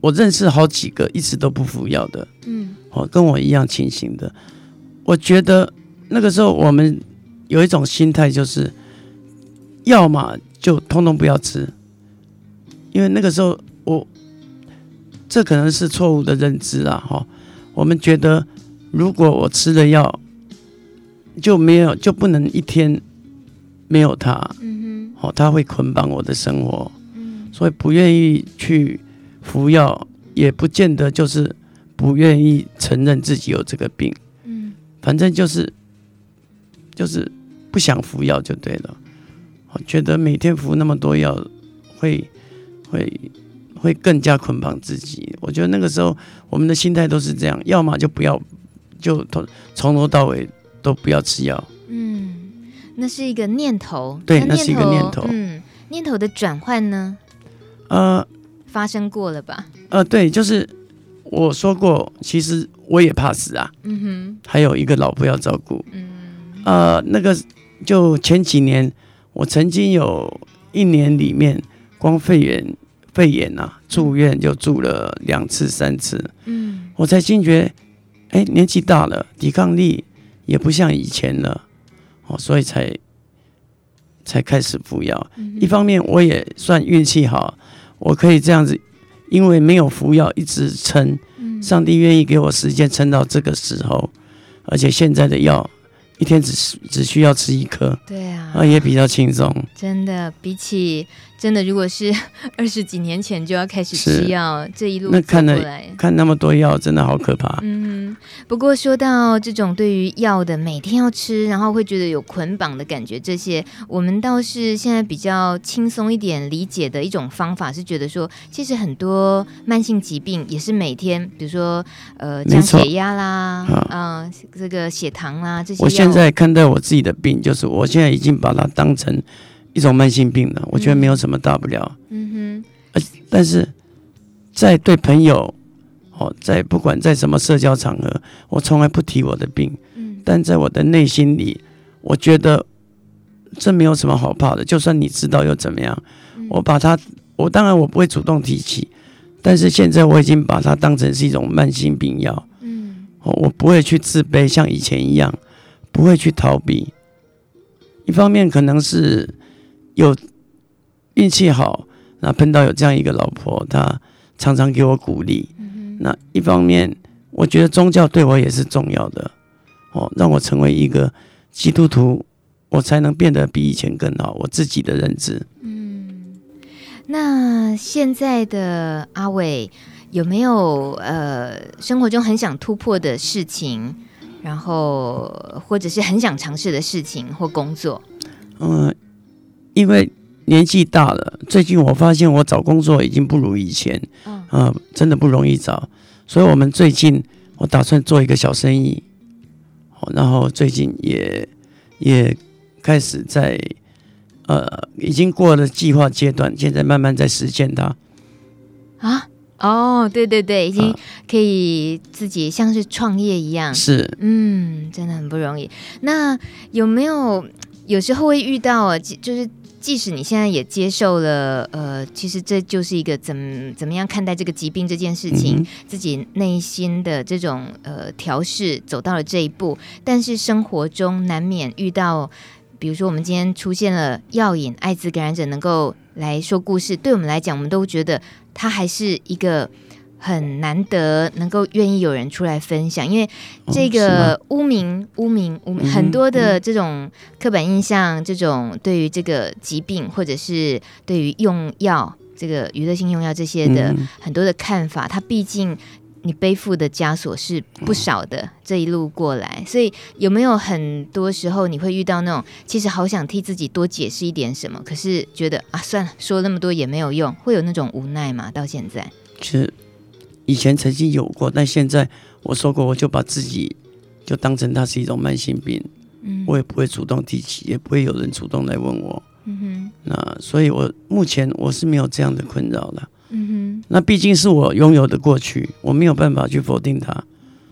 我认识好几个一直都不服药的，嗯，哦，跟我一样情形的。我觉得那个时候我们有一种心态，就是要么就通通不要吃，因为那个时候我这可能是错误的认知啦，哈。我们觉得如果我吃了药，就没有就不能一天没有它，嗯哼，哦，它会捆绑我的生活，嗯，所以不愿意去服药，也不见得就是不愿意承认自己有这个病，嗯，反正就是就是不想服药就对了。我觉得每天服那么多药，会会会更加捆绑自己。我觉得那个时候我们的心态都是这样，要么就不要，就从头到尾都不要吃药。 嗯，那是一个念头， 对，那是一个念头。 嗯，念头的转换呢？ 呃， 发生过了吧？ 呃，对，就是我说过，其实我也怕死啊。嗯哼，还有一个老婆要照顾。嗯，呃，那个就前几年。我曾经有一年里面，光肺炎肺炎啊，住院就住了两次三次，嗯，我才惊觉，哎，年纪大了，抵抗力也不像以前了，哦，所以才才开始服药。嗯、一方面我也算运气好，我可以这样子，因为没有服药一直撑，嗯、上帝愿意给我时间撑到这个时候，而且现在的药。一天只只需要吃一颗， 对啊， 啊也比较轻松。 真的，比起真的，如果是二十几年前就要开始吃药，这一路走过来， 看那么多药，真的好可怕。 嗯，不过说到这种对于药的每天要吃，然后会觉得有捆绑的感觉，这些我们倒是现在比较轻松一点理解的一种方法，是觉得说，其实很多慢性疾病也是每天，比如说呃降血压啦，啊、呃、这个血糖啦这些药。 我现在看待我自己的病，就是我现在已经把它当成一种慢性病了，我觉得没有什么大不了。嗯哼，但是在对朋友，哦，在不管在什么社交场合，我从来不提我的病。嗯，但在我的内心里，我觉得这没有什么好怕的，就算你知道又怎么样？嗯、我把它，我当然我不会主动提起，但是现在我已经把它当成是一种慢性病药。嗯，哦，我不会去自卑，像以前一样，不会去逃避。一方面可能是有运气好，那碰到有这样一个老婆，她常常给我鼓励。嗯、那一方面，我觉得宗教对我也是重要的，哦，让我成为一个基督徒，我才能变得比以前更好。我自己的认知。嗯， 那现在的阿伟有没有呃生活中很想突破的事情？然后，或者是很想尝试的事情或工作。 嗯，因为年纪大了，最近我发现我找工作已经不如以前，嗯、呃，真的不容易找。所以我们最近我打算做一个小生意，然后最近也也开始在呃，已经过了计划阶段，现在慢慢在实践它。 啊？哦，对对对，已经可以自己像是创业一样， 是， 嗯，真的很不容易。那有没有有时候会遇到，就是即使你现在也接受了，呃，其实这就是一个怎么怎么样看待这个疾病这件事情，嗯、自己内心的这种呃调试走到了这一步，但是生活中难免遇到。比如说我们今天出现了药瘾艾滋感染者能够来说故事，对我们来讲我们都觉得他还是一个很难得能够愿意有人出来分享，因为这个污名、污名、污名，很多的这种刻板印象，这种对于这个疾病或者是对于用药这个娱乐性用药这些的很多的看法，它毕竟你背负的枷锁是不少的，这一路过来，所以有没有很多时候你会遇到那种其实好想替自己多解释一点什么，可是觉得啊算了，说那么多也没有用，会有那种无奈吗？到现在其实以前曾经有过，但现在我说过，我就把自己就当成它是一种慢性病，嗯，我也不会主动提起，也不会有人主动来问我，嗯哼，那所以我目前我是没有这样的困扰的。嗯哼，那毕竟是我拥有的过去，我没有办法去否定它。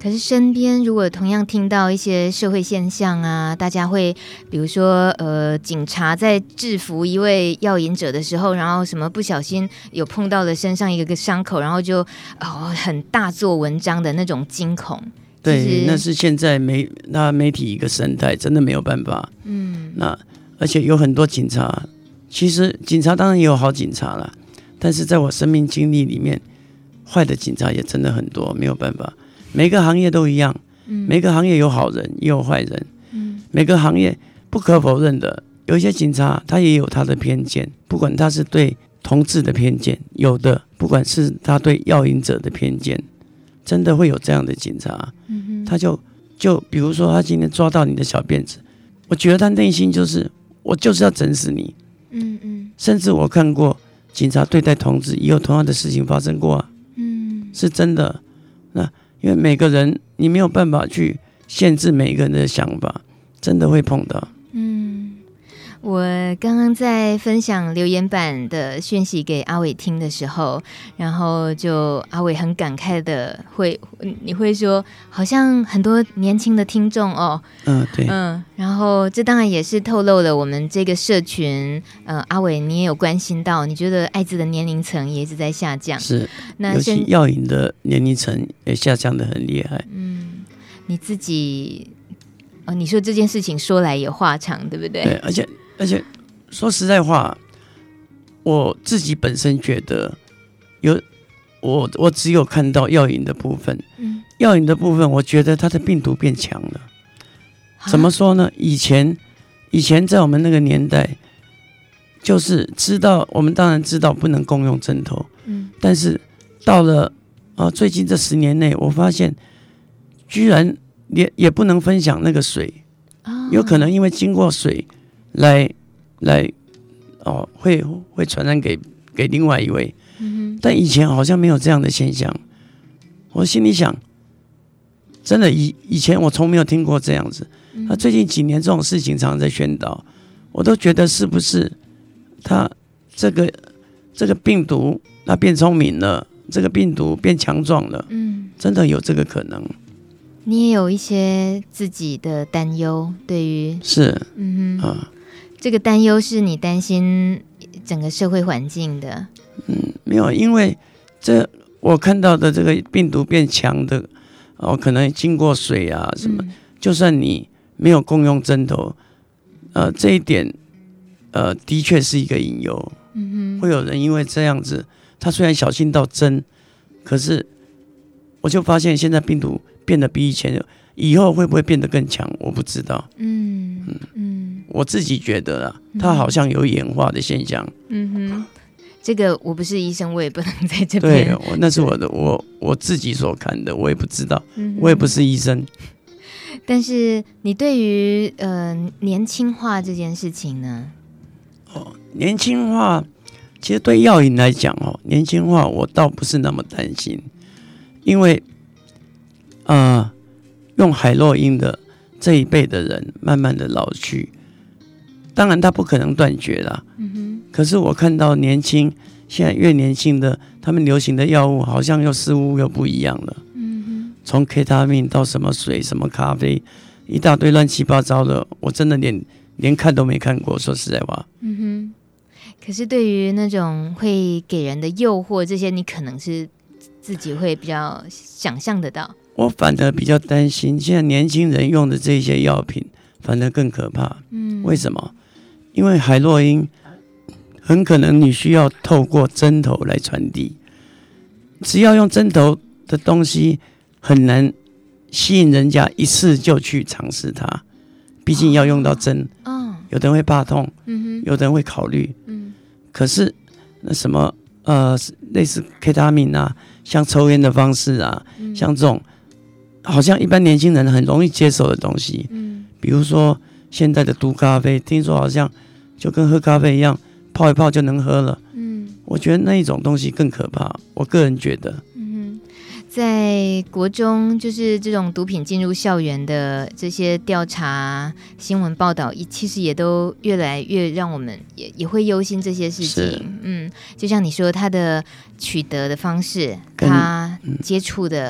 可是身边如果同样听到一些社会现象啊，大家会比如说呃，警察在制服一位药瘾者的时候，然后什么不小心有碰到了身上一个个伤口，然后就哦很大做文章的那种惊恐。 对， 就是、 那是现在媒那媒体一个生态，真的没有办法。嗯，那而且有很多警察，其实警察当然也有好警察啦，但是在我生命经历里面，坏的警察也真的很多，没有办法。每个行业都一样，嗯、每个行业有好人也有坏人，嗯、每个行业不可否认的，有一些警察他也有他的偏见，不管他是对同志的偏见，有的不管是他对药瘾者的偏见，真的会有这样的警察，嗯、他就就比如说他今天抓到你的小辫子，我觉得他内心就是我就是要整死你，嗯嗯，甚至我看过警察对待同志也有同样的事情发生过啊，嗯，是真的。那因为每个人你没有办法去限制每一个人的想法，真的会碰到。嗯， 我刚刚在分享留言板的讯息给阿伟听的时候，然后就阿伟很感慨的会，你会说好像很多年轻的听众哦， 嗯对， 嗯，然后这当然也是透露了我们这个社群，呃，阿伟你也有关心到，你觉得艾滋的年龄层也一直在下降， 是，那尤其药瘾的年龄层也下降得很厉害。 嗯，你自己，哦，你说这件事情说来也话长，对不对？ 对，而且。而且说实在话，我自己本身觉得有我我只有看到药瘾的部分，嗯，药瘾的部分，我觉得它的病毒变强了。怎么说呢？以前以前在我们那个年代，就是知道我们当然知道不能共用针头，嗯，但是到了啊最近这十年内，我发现居然也也不能分享那个水，哦，有可能因为经过水。来来哦，会会传染给给另外一位，嗯，但以前好像没有这样的现象。我心里想，真的以以前我从没有听过这样子。那、嗯、最近几年这种事情常常在宣导，我都觉得是不是他这个这个病毒它变聪明了，这个病毒变强壮了，嗯，真的有这个可能。 你也有一些自己的担忧，对于是嗯哼啊。 这个担忧是你担心整个社会环境的？ 嗯，没有，因为这我看到的这个病毒变强的，哦，可能经过水啊什么，嗯、就算你没有共用针头，呃，这一点，呃，的确是一个隐忧。嗯哼，会有人因为这样子，他虽然小心到针，可是我就发现现在病毒变得比以前。以后会不会变得更强？我不知道。嗯嗯嗯，我自己觉得啊，它好像有演化的现象。嗯哼，这个我不是医生，我也不能在这边。 对，我那是我的，我我自己所看的，我也不知道，嗯、我也不是医生。 但是你对于呃年轻化这件事情呢？ 哦，年轻化，其实对药瘾来讲哦，年轻化我倒不是那么担心，因为啊。呃用海洛因的这一辈的人慢慢的老去，当然他不可能断绝啦。嗯哼。可是我看到年轻，现在越年轻的，他们流行的药物好像又似乎又不一样了。嗯哼。从 K 他命到什么水、什么咖啡，一大堆乱七八糟的，我真的连连看都没看过。说实在话。嗯哼。可是对于那种会给人的诱惑，这些你可能是自己会比较想象得到。 我反而比较担心，现在年轻人用的这些药品，反而更可怕。嗯，为什么？因为海洛因很可能你需要透过针头来传递，只要用针头的东西，很难吸引人家一次就去尝试它。毕竟要用到针，哦，有的人会怕痛，嗯哼，有的人会考虑，嗯。可是那什么呃，类似 K 他命啊，像抽烟的方式啊，嗯、像这种。好像一般年轻人很容易接受的东西，嗯，比如说现在的毒咖啡，听说好像就跟喝咖啡一样，泡一泡就能喝了，嗯，我觉得那一种东西更可怕，我个人觉得。 嗯，在国中就是这种毒品进入校园的这些调查新闻报道，其实也都越来越让我们也也会忧心这些事情。嗯，就像你说，他的取得的方式，他接触的。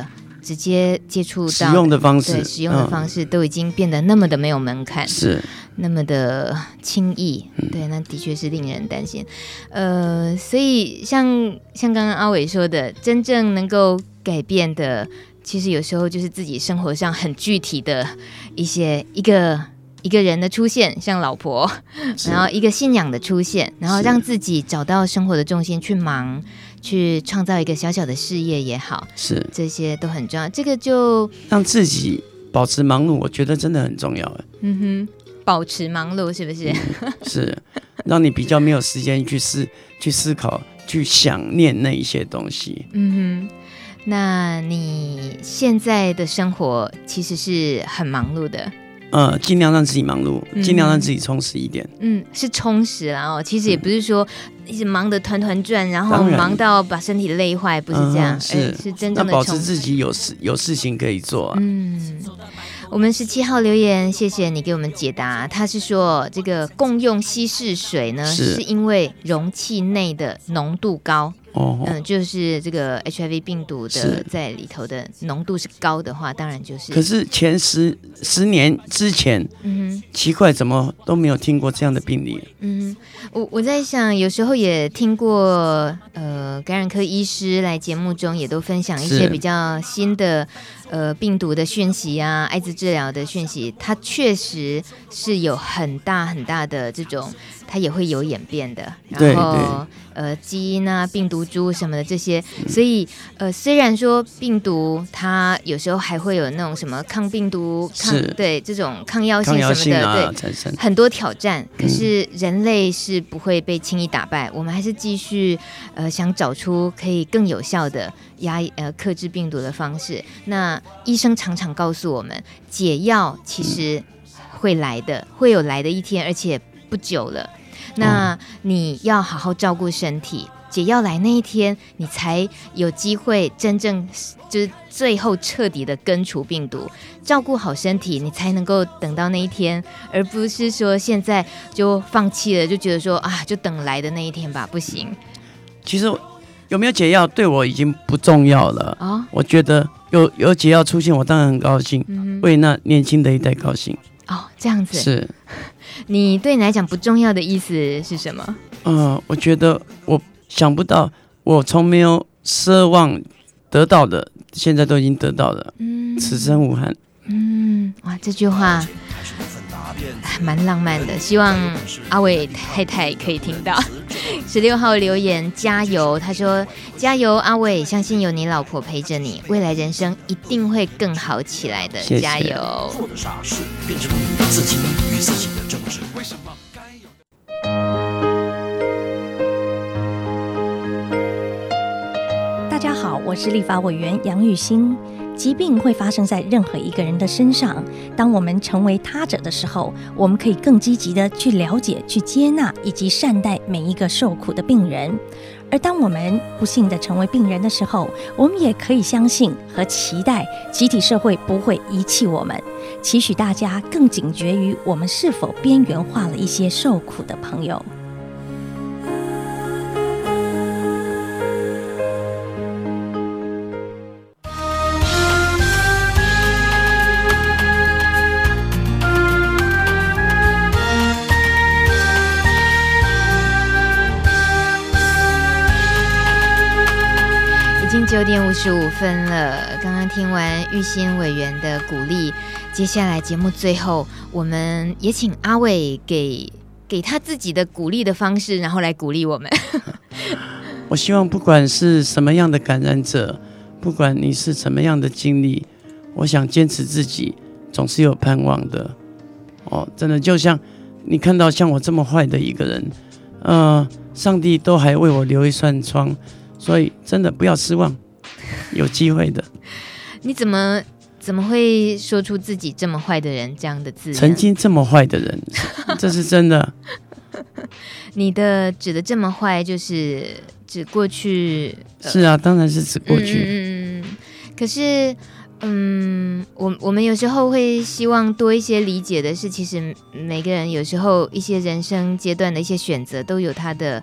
直接接触到使用的方式， 对使用的方式、嗯、都已经变得那么的没有门槛， 是那么的轻易、嗯、对，那的确是令人担心。呃，所以像像刚刚阿伟说的，真正能够改变的，其实有时候就是自己生活上很具体的一些一个一个人的出现，像老婆，然后一个信仰的出现，然后让自己找到生活的重心去忙，去创造一个小小的事业也好， 是这些都很重要。这个就让自己保持忙碌，我觉得真的很重要。 嗯哼，保持忙碌是不是？ 嗯、是让你比较没有时间去思去思考、去想念那一些东西。 嗯哼。那你现在的生活其实是很忙碌的， 呃，尽量让自己忙碌，尽量让自己充实一点。 嗯，是充实啦哦，其实也不是说一直忙得团团转，然后忙到把身体累坏，不是这样，嗯、是是真正的保持自己有事有事情可以做、啊。 嗯。我们十七号留言，谢谢你给我们解答。他是说，这个共用稀释水呢，是, 是因为容器内的浓度高。哦，嗯，就是这个 H I V 病毒的在里头的浓度是高的话，当然就是。 可是前十十年之前，嗯哼，奇怪，怎么都没有听过这样的病例？ 嗯哼，我我在想，有时候也听过，呃，感染科医师来节目中也都分享一些比较新的。呃，病毒的讯息啊，艾滋治疗的讯息，它确实是有很大很大的这种，它也会有演变的。然后呃，基因啊、病毒株什么的这些，所以呃，虽然说病毒它有时候还会有那种什么抗病毒、抗对这种抗药性什么的， 啊、 对，很多挑战。可是人类是不会被轻易打败，嗯、我们还是继续呃想找出可以更有效的压呃克制病毒的方式。那医生常常告诉我们，解药其实会来的，嗯、会有来的一天，而且不久了。那你要好好照顾身体，解药来那一天，你才有机会真正就是最后彻底的根除病毒。照顾好身体，你才能够等到那一天，而不是说现在就放弃了，就觉得说啊，就等来的那一天吧，不行。 其实有没有解药对我已经不重要了、哦、我觉得有有解药出现，我当然很高兴，嗯、为那年轻的一代高兴。 哦，这样子是。 你对你来讲不重要的意思是什么？ 嗯、呃，我觉得我想不到，我从没有奢望得到的，现在都已经得到了。嗯，此生无憾。 嗯，哇，这句话蛮浪漫的，希望阿伟太太可以听到。十六号留言加油，他说加油阿伟，相信有你老婆陪着你，未来人生一定会更好起来的， 谢谢加油。 大家好，我是立法委员杨玉欣。疾病会发生在任何一个人的身上，当我们成为他者的时候，我们可以更积极的去了解、去接纳以及善待每一个受苦的病人。而当我们不幸的成为病人的时候，我们也可以相信和期待集体社会不会遗弃我们，期许大家更警觉于我们是否边缘化了一些受苦的朋友。 九点五十五分了，刚刚听完玉欣委员的鼓励，接下来节目最后，我们也请阿伟给给他自己的鼓励的方式，然后来鼓励我们。 我希望不管是什么样的感染者，不管你是什么样的经历，我想坚持自己，总是有盼望的。哦，真的就像你看到像我这么坏的一个人，呃，上帝都还为我留一扇窗。所以真的不要失望，有机会的。 你怎么怎么会说出自己这么坏的人这样的字？ 曾经这么坏的人，这是真的。 你的指的这么坏，就是指过去、 呃？是啊，当然是指过去。 嗯，可是，嗯，我我们有时候会希望多一些理解的是，其实每个人有时候一些人生阶段的一些选择都有他的。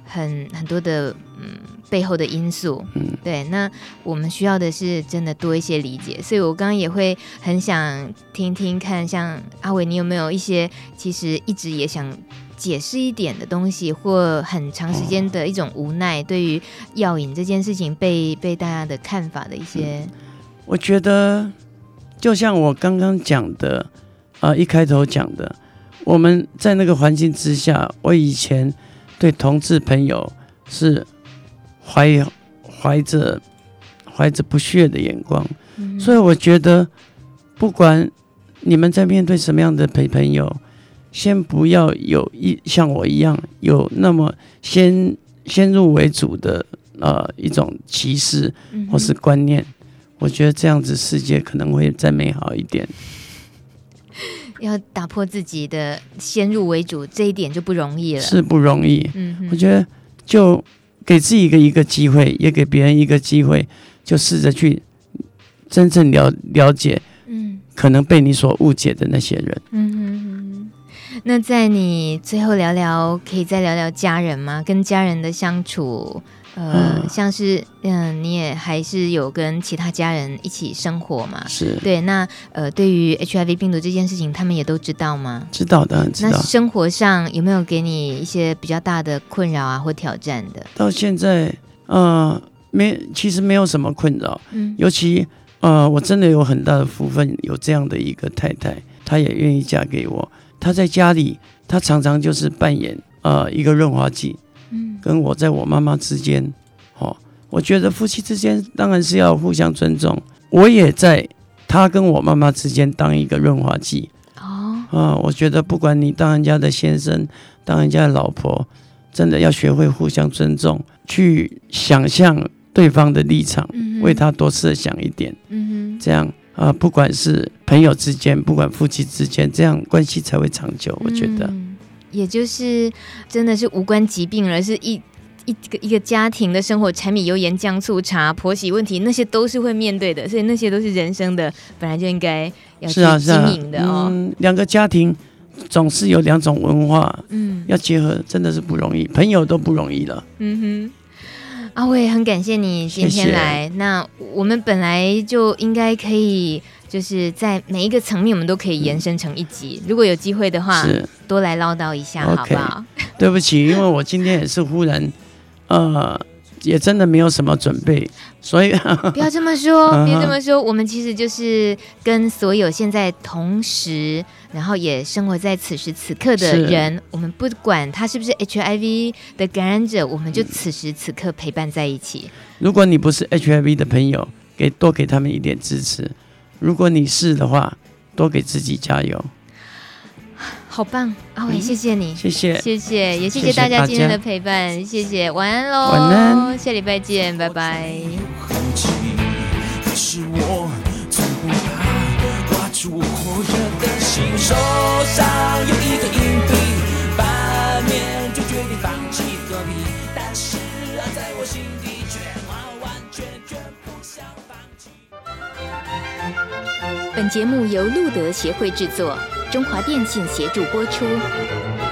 很很多的嗯背后的因素， 嗯， 对，那我们需要的是真的多一些理解，所以我刚刚也会很想听听看，像阿伟，你有没有一些其实一直也想解释一点的东西，或很长时间的一种无奈，对于药瘾这件事情被被大家的看法的一些，嗯、 我觉得就像我刚刚讲的，呃，一开头讲的，我们在那个环境之下，我以前对同志朋友是怀怀着怀着不屑的眼光，嗯、所以我觉得，不管你们在面对什么样的陪朋友，先不要有一像我一样有那么先先入为主的呃一种歧视或是观念，嗯、我觉得这样子世界可能会再美好一点。 要打破自己的先入为主，这一点就不容易了， 是不容易。嗯，我觉得就给自己一个一个机会，也给别人一个机会，就试着去真正了了解，嗯，可能被你所误解的那些人。 嗯哼哼。那在你最后聊聊，可以再聊聊家人吗？跟家人的相处，呃，嗯、像是嗯，你也还是有跟其他家人一起生活嘛？ 是。 对，那呃，对于 H I V 病毒这件事情，他们也都知道吗？ 知道的，知道。 那生活上有没有给你一些比较大的困扰啊，或挑战的？ 到现在，呃，没，其实没有什么困扰。嗯，尤其呃，我真的有很大的福分，有这样的一个太太，她也愿意嫁给我。她在家里，她常常就是扮演呃一个润滑剂，嗯，跟我在我妈妈之间，哦，我觉得夫妻之间当然是要互相尊重，我也在她跟我妈妈之间当一个润滑剂，哦，啊、呃，我觉得不管你当人家的先生，当人家的老婆，真的要学会互相尊重，去想象对方的立场，嗯、为他多设想一点，嗯、这样。啊、呃，不管是朋友之间，不管夫妻之间，这样关系才会长久。我觉得， 嗯、也就是真的是无关疾病了，是一一个一个家庭的生活，柴米油盐酱醋茶、婆媳问题，那些都是会面对的，所以那些都是人生的本来就应该要去经营的哦。 嗯，两个家庭总是有两种文化，嗯，要结合真的是不容易，朋友都不容易了。 嗯哼。阿伟，很感谢你今天来。谢谢。那我们本来就应该可以，就是在每一个层面，我们都可以延伸成一集。嗯、如果有机会的话，多来唠叨一下， okay, 好不好？ 对不起，因为我今天也是忽然，呃，也真的没有什么准备，所以不要这么说，别这么说。我们其实就是跟所有现在同时，然后也生活在此时此刻的人，我们不管他是不是 H I V 的感染者，我们就此时此刻陪伴在一起。 如果你不是 H I V 的朋友，给多给他们一点支持；如果你是的话，多给自己加油。 好棒，阿伟，谢谢你， 谢谢， 谢谢，也谢谢大家今天的陪伴，谢谢，晚安喽， 晚安， 下礼拜见，拜拜。可是我从不怕挂住火热的心，手上有一个硬币，反面就决定放弃隔壁，但是啊，在我心底却完完全全不想放弃。本节目由路德协会制作，中华电信协助播出。